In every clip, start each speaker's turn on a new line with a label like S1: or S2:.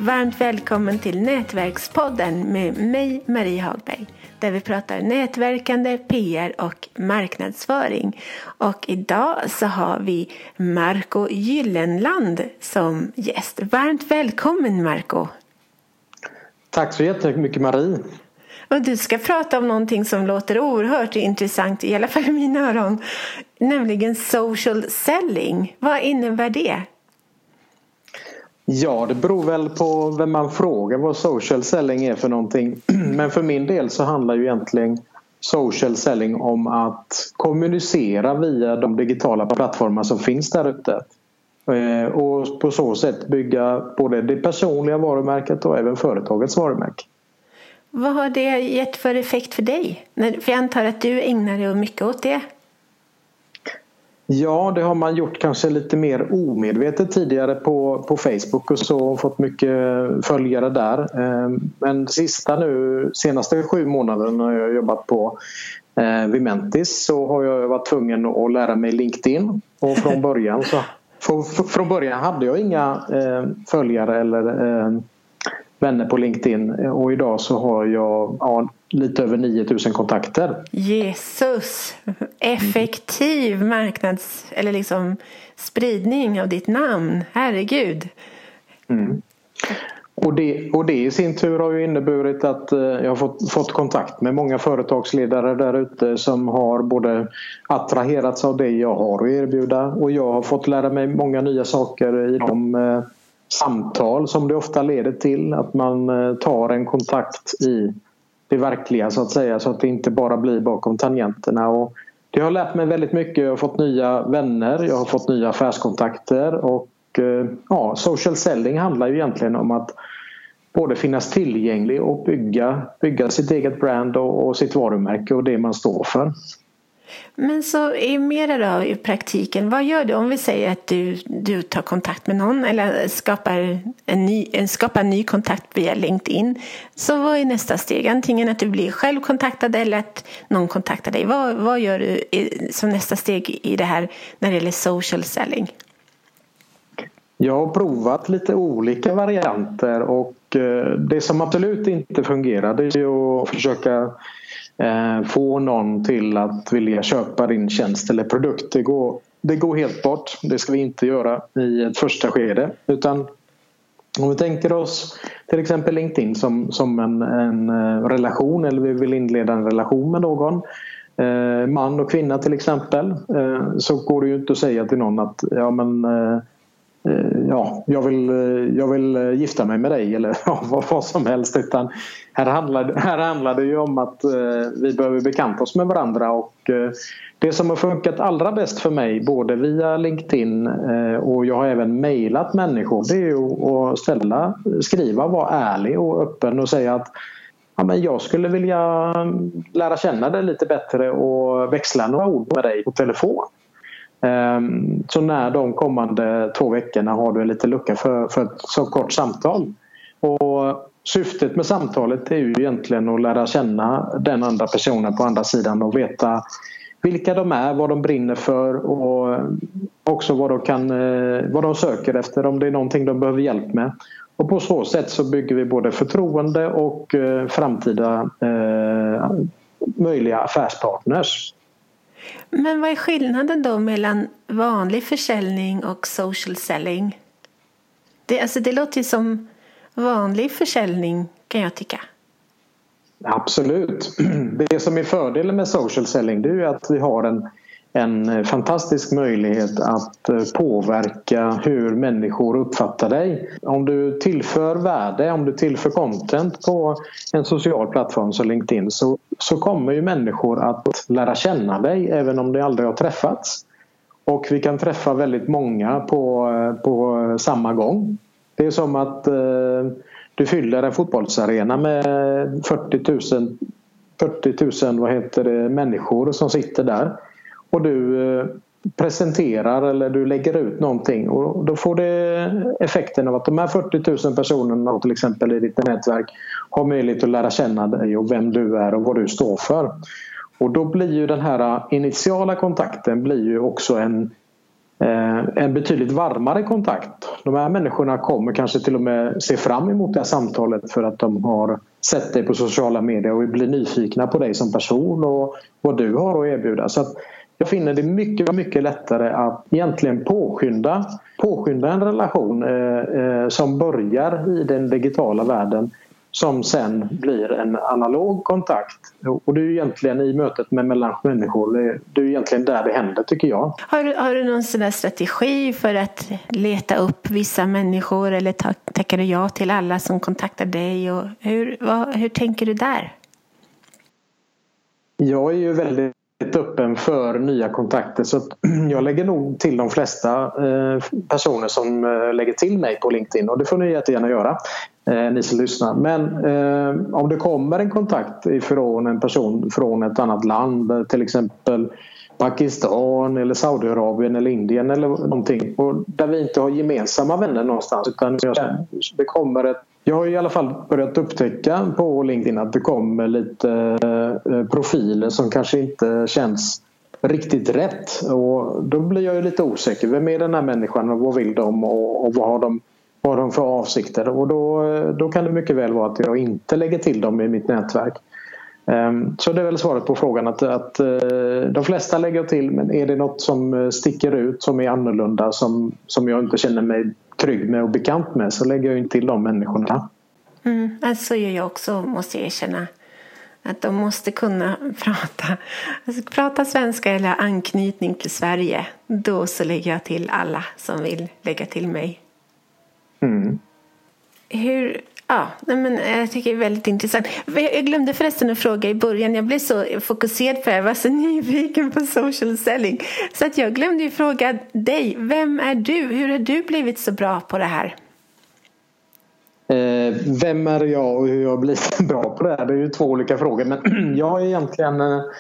S1: Varmt välkommen till Nätverkspodden med mig, Marie Hagberg, där vi pratar nätverkande, PR och marknadsföring. Och idag så har vi Marco Gyllenland som gäst. Varmt välkommen, Marco.
S2: Tack så jättemycket, Marie.
S1: Och du ska prata om någonting som låter oerhört intressant, i alla fall i mina öron, nämligen social selling. Vad innebär det?
S2: Ja, det beror väl på vem man frågar vad social selling är för någonting. Men för min del så handlar ju egentligen social selling om att kommunicera via de digitala plattformar som finns där ute. Och på så sätt bygga både det personliga varumärket och även företagets varumärke.
S1: Vad har det gett för effekt för dig? För jag antar att du ägnar dig mycket åt det.
S2: Ja, det har man gjort kanske lite mer omedvetet tidigare på Facebook och så, fått mycket följare där. Men senaste 7 månaderna har jag jobbat på Vimentis, så har jag varit tvungen att lära mig LinkedIn. Och från början hade jag inga följare eller vänner på LinkedIn, och idag så har jag lite över 9000 kontakter. Jesus!
S1: Effektiv eller liksom spridning av ditt namn. Herregud!
S2: Mm. Och det i sin tur har ju inneburit att jag har fått kontakt med många företagsledare där ute som har både attraherats av det jag har att erbjuda, och jag har fått lära mig många nya saker i de samtal som det ofta leder till, att man tar en kontakt i det verkliga så att säga, så att det inte bara blir bakom tangenterna. Och det har lärt mig väldigt mycket. Jag har fått nya vänner, jag har fått nya affärskontakter, och social selling handlar ju egentligen om att både finnas tillgänglig och bygga sitt eget brand och sitt varumärke och det man står för.
S1: Men så är mera då i praktiken, vad gör du om vi säger att du tar kontakt med någon eller skapar en ny kontakt via LinkedIn? Så vad är nästa steg? Antingen att du blir själv kontaktad eller att någon kontaktar dig. Vad gör du som nästa steg i det här när det gäller social selling?
S2: Jag har provat lite olika varianter, och det som absolut inte fungerar det är ju att försöka få någon till att vilja köpa din tjänst eller produkt. Det går helt bort. Det ska vi inte göra i ett första skede. Utan om vi tänker oss till exempel LinkedIn som en relation, eller vi vill inleda en relation med någon, man och kvinna till exempel, så går det ju inte att säga till någon att jag vill gifta mig med dig eller vad som helst, utan här handlar det ju om att vi behöver bekanta oss med varandra, och det som har funkat allra bäst för mig både via LinkedIn och jag har även mejlat människor, det är ju att skriva, vara ärlig och öppen och säga att jag skulle vilja lära känna dig lite bättre och växla några ord med dig på telefon. Så när de kommande 2 veckorna har du en lite lucka för ett så kort samtal. Och syftet med samtalet är ju egentligen att lära känna den andra personen på andra sidan och veta vilka de är, vad de brinner för, och också vad de söker efter, om det är någonting de behöver hjälp med. Och på så sätt så bygger vi både förtroende och framtida möjliga affärspartners.
S1: Men vad är skillnaden då mellan vanlig försäljning och social selling? Det låter ju som vanlig försäljning, kan jag tycka.
S2: Absolut. Det som är fördelen med social selling, det är ju att vi har en fantastisk möjlighet att påverka hur människor uppfattar dig. Om du tillför värde, om du tillför content på en social plattform som LinkedIn, så kommer ju människor att lära känna dig även om de aldrig har träffats. Och vi kan träffa väldigt många på samma gång. Det är som att du fyller en fotbollsarena med 40 000 människor som sitter där. Och du presenterar eller du lägger ut någonting, och då får det effekten av att de här 40 000 personerna till exempel i ditt nätverk har möjlighet att lära känna dig och vem du är och vad du står för. Och då blir ju den här initiala kontakten blir ju också en betydligt varmare kontakt. De här människorna kommer kanske till och med se fram emot det här samtalet för att de har sett dig på sociala medier och blir nyfikna på dig som person och vad du har att erbjuda. Så att jag finner det mycket, mycket lättare att egentligen påskynda en relation som börjar i den digitala världen som sen blir en analog kontakt. Och det är ju egentligen i mötet mellan människor, det är egentligen där det händer, tycker jag.
S1: Har du någon sån där strategi för att leta upp vissa människor eller tackar du ja till alla som kontaktar dig? Och hur tänker du där?
S2: Jag är ju väldigt öppen för nya kontakter, så att jag lägger nog till de flesta personer som lägger till mig på LinkedIn, och det får ni jättegärna göra, ni som lyssnar. Men om det kommer en kontakt ifrån en person från ett annat land, till exempel Pakistan eller Saudiarabien eller Indien eller någonting, och där vi inte har gemensamma vänner någonstans, utan det kommer jag har i alla fall börjat upptäcka på LinkedIn att det kommer lite profiler som kanske inte känns riktigt rätt, och då blir jag ju lite osäker. Vem är den här människan och vad vill de och vad har de för avsikter? Och då kan det mycket väl vara att jag inte lägger till dem i mitt nätverk. Så det är väl svaret på frågan att de flesta lägger till, men är det något som sticker ut, som är annorlunda, som jag inte känner mig trygg med och bekant med, så lägger jag inte till de människorna.
S1: Alltså gör jag också, måste jag erkänna. Att de måste kunna prata svenska eller ha anknytning till Sverige. Då så lägger jag till alla som vill lägga till mig. Jag tycker det är väldigt intressant. Jag glömde förresten att fråga i början. Jag blev så fokuserad på det. Jag var så nyfiken på social selling. Så att jag glömde ju fråga dig. Vem är du? Hur har du blivit så bra på det här?
S2: Vem är jag och hur jag har blivit bra på det här? Det är ju två olika frågor. Men jag är egentligen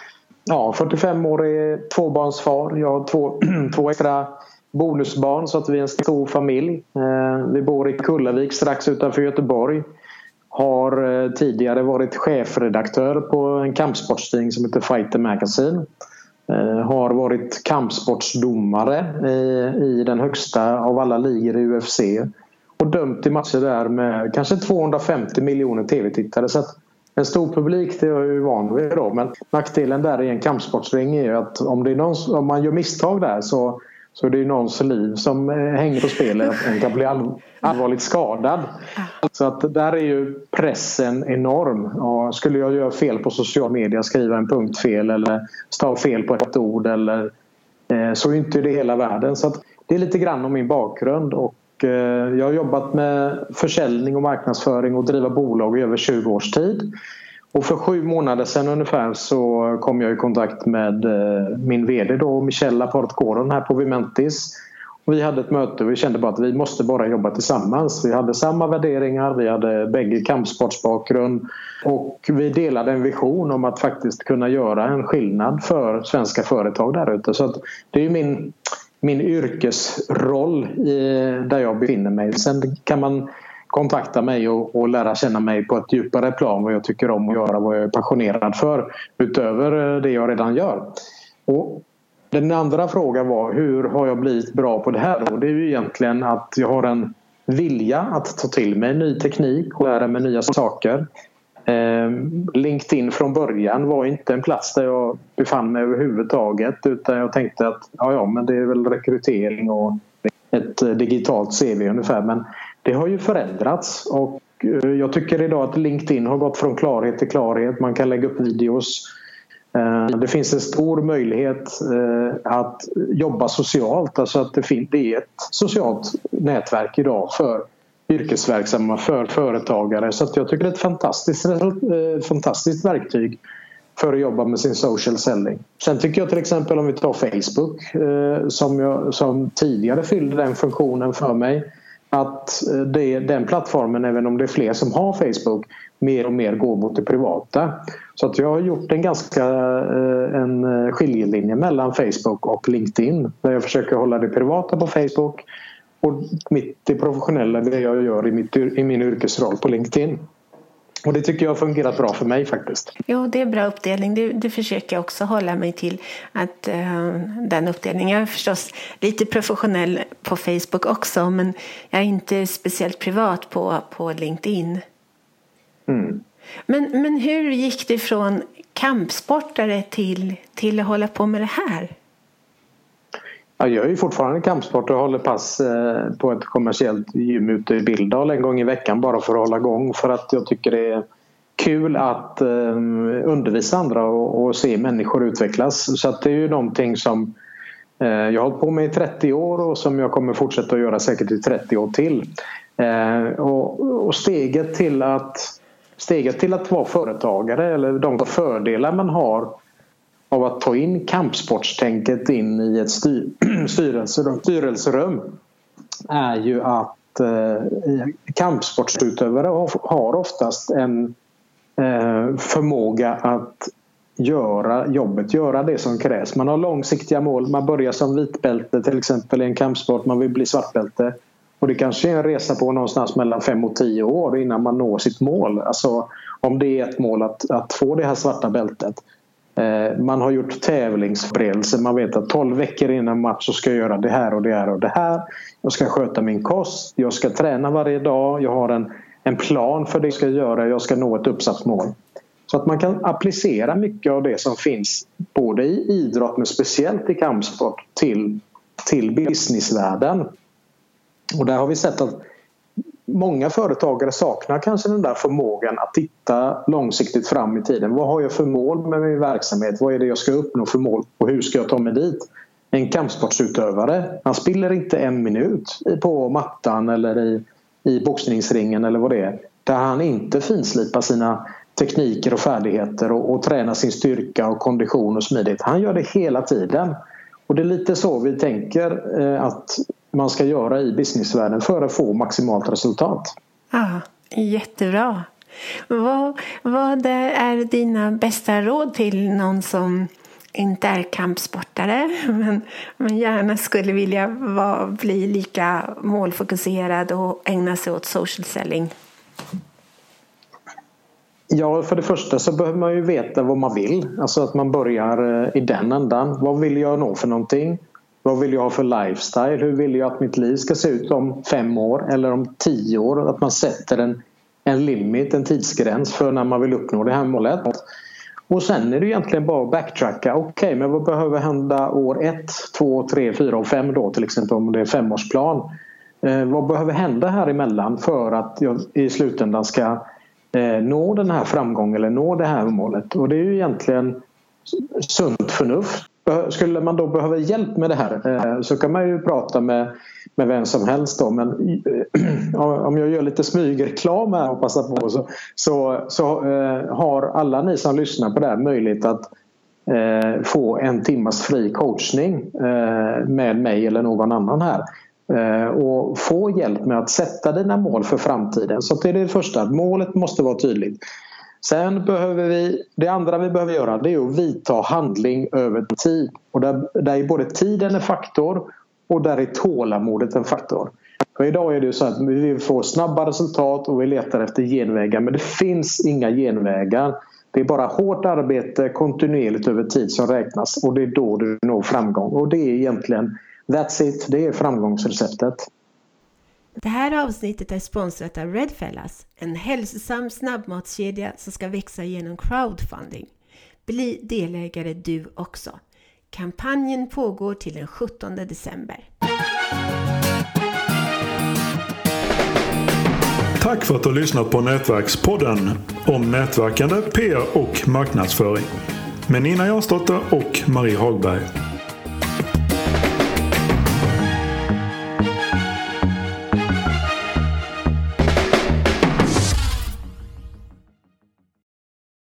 S2: 45-årig tvåbarnsfar. Jag har två extra bonusbarn, så att vi är en stor familj. Vi bor i Kullavik strax utanför Göteborg. Har tidigare varit chefredaktör på en kampsportstidning som heter Fighter Magazine. Har varit kampsportsdomare i den högsta av alla ligor i UFC. Och dömt i matcher där med kanske 250 miljoner tv-tittare. Så att en stor publik, det är jag ju van vid då. Men nackdelen där i en kampsportsring är ju att om man gör misstag där så är det ju någons liv som hänger på spelet. En kan bli allvarligt skadad. Så att där är ju pressen enorm. Och skulle jag göra fel på social media, skriva en punkt fel eller stava fel på ett ord, eller, så är inte det hela världen. Så att det är lite grann om min bakgrund. Och jag har jobbat med försäljning och marknadsföring och driva bolag i över 20 års tid. Och för 7 månader sedan ungefär så kom jag i kontakt med min vd då, Michel Laporte-Coron här på Vimentis. Och vi hade ett möte och vi kände bara att vi måste bara jobba tillsammans. Vi hade samma värderingar, vi hade bägge kampsportsbakgrund och vi delade en vision om att faktiskt kunna göra en skillnad för svenska företag där ute. Så att det är ju min yrkesroll där jag befinner mig. Sen kan man kontakta mig och lära känna mig på ett djupare plan, vad jag tycker om att göra, vad jag är passionerad för utöver det jag redan gör. Och den andra frågan var, hur har jag blivit bra på det här? Och det är ju egentligen att jag har en vilja att ta till mig ny teknik och lära mig nya saker. LinkedIn från början var inte en plats där jag befann mig överhuvudtaget, utan jag tänkte att men det är väl rekrytering och ett digitalt CV ungefär, men det har ju förändrats och jag tycker idag att LinkedIn har gått från klarhet till klarhet. Man kan lägga upp videos. Det finns en stor möjlighet att jobba socialt, alltså att det är ett socialt nätverk idag för yrkesverksamma, för företagare. Så att jag tycker det är ett fantastiskt verktyg för att jobba med sin social selling. Sen tycker jag till exempel, om vi tar Facebook som tidigare fyllde den funktionen för mig, att den plattformen, även om det är fler som har Facebook, mer och mer går mot det privata. Så att jag har gjort en skiljelinje mellan Facebook och LinkedIn, där jag försöker hålla det privata på Facebook och det professionella, det jag gör i min yrkesroll på LinkedIn. Och det tycker jag har fungerat bra för mig faktiskt.
S1: Jo, det är bra uppdelning. Det försöker jag också hålla mig till. Att den uppdelningen. Jag är förstås lite professionell på Facebook också. Men jag är inte speciellt privat på LinkedIn.
S2: Mm.
S1: Men hur gick det från kampsportare till att hålla på med det här?
S2: Jag gör ju fortfarande kampsport och håller pass på ett kommersiellt gym ute i Billdal en gång i veckan bara för att hålla igång. För att jag tycker det är kul att undervisa andra och se människor utvecklas. Så att det är ju någonting som jag har hållit på med i 30 år och som jag kommer fortsätta att göra säkert i 30 år till. Och steget till att vara företagare eller de fördelar man har av att ta in kampsportstänket in i ett styrelserum är ju att kampsportsutövare har oftast en förmåga att göra det som krävs. Man har långsiktiga mål. Man börjar som vitbälte till exempel i en kampsport. Man vill bli svartbälte. Och det kanske är en resa på någonstans mellan 5 och 10 år innan man når sitt mål. Alltså om det är ett mål att få det här svarta bältet. Man har gjort tävlingsförberedelser. Man vet att 12 veckor innan match så ska jag göra det här och det här och det här. Jag ska sköta min kost. Jag ska träna varje dag. Jag har en plan för det jag ska göra. Jag ska nå ett uppsatt mål. Så att man kan applicera mycket av det som finns både i idrott men speciellt i kampsport till businessvärlden. Och där har vi sett att många företagare saknar kanske den där förmågan att titta långsiktigt fram i tiden. Vad har jag för mål med min verksamhet? Vad är det jag ska uppnå för mål? Och hur ska jag ta mig dit? En kampsportsutövare, han spiller inte 1 minut på mattan eller i boxningsringen eller vad det är. Där han inte finslipar sina tekniker och färdigheter och tränar sin styrka och kondition och smidighet. Han gör det hela tiden. Och det är lite så vi tänker att man ska göra i businessvärlden för att få maximalt resultat.
S1: Ja, jättebra. Vad är dina bästa råd till någon som inte är kampsportare men gärna skulle vilja bli lika målfokuserad och ägna sig åt social selling?
S2: Ja, för det första så behöver man ju veta vad man vill. Alltså att man börjar i den ändan. Vad vill jag nå för någonting? Vad vill jag ha för lifestyle? Hur vill jag att mitt liv ska se ut om 5 år eller om 10 år? Att man sätter en limit, en tidsgräns för när man vill uppnå det här målet. Och sen är det egentligen bara att backtracka. Okej, men vad behöver hända år 1, 2, 3, 4 och 5 då till exempel om det är 5-årsplan? Vad behöver hända här emellan för att jag i slutändan ska nå den här framgången eller nå det här målet? Och det är ju egentligen sunt förnuft. Skulle man då behöva hjälp med det här så kan man ju prata med vem som helst då. Men om jag gör lite smygreklam här och passar på så har alla ni som lyssnar på det här möjlighet att få 1 timmas fri coachning med mig eller någon annan här. Och få hjälp med att sätta dina mål för framtiden. Så det är det första. Målet måste vara tydligt. Sen behöver det andra vi behöver göra det är att vidta handling över tid. Och där är både tiden en faktor och där är tålamodet en faktor. För idag är det ju så att vi får snabba resultat och vi letar efter genvägar. Men det finns inga genvägar. Det är bara hårt arbete kontinuerligt över tid som räknas. Och det är då du når framgång. Och det är egentligen, that's it, det är framgångsreceptet.
S1: Det här avsnittet är sponsrat av Redfellas, en hälsosam snabbmatskedja som ska växa genom crowdfunding. Bli delägare du också. Kampanjen pågår till den 17 december.
S3: Tack för att du har lyssnat på Nätverkspodden om nätverkande, PR och marknadsföring med Nina Jansdotter och Marie Hagberg.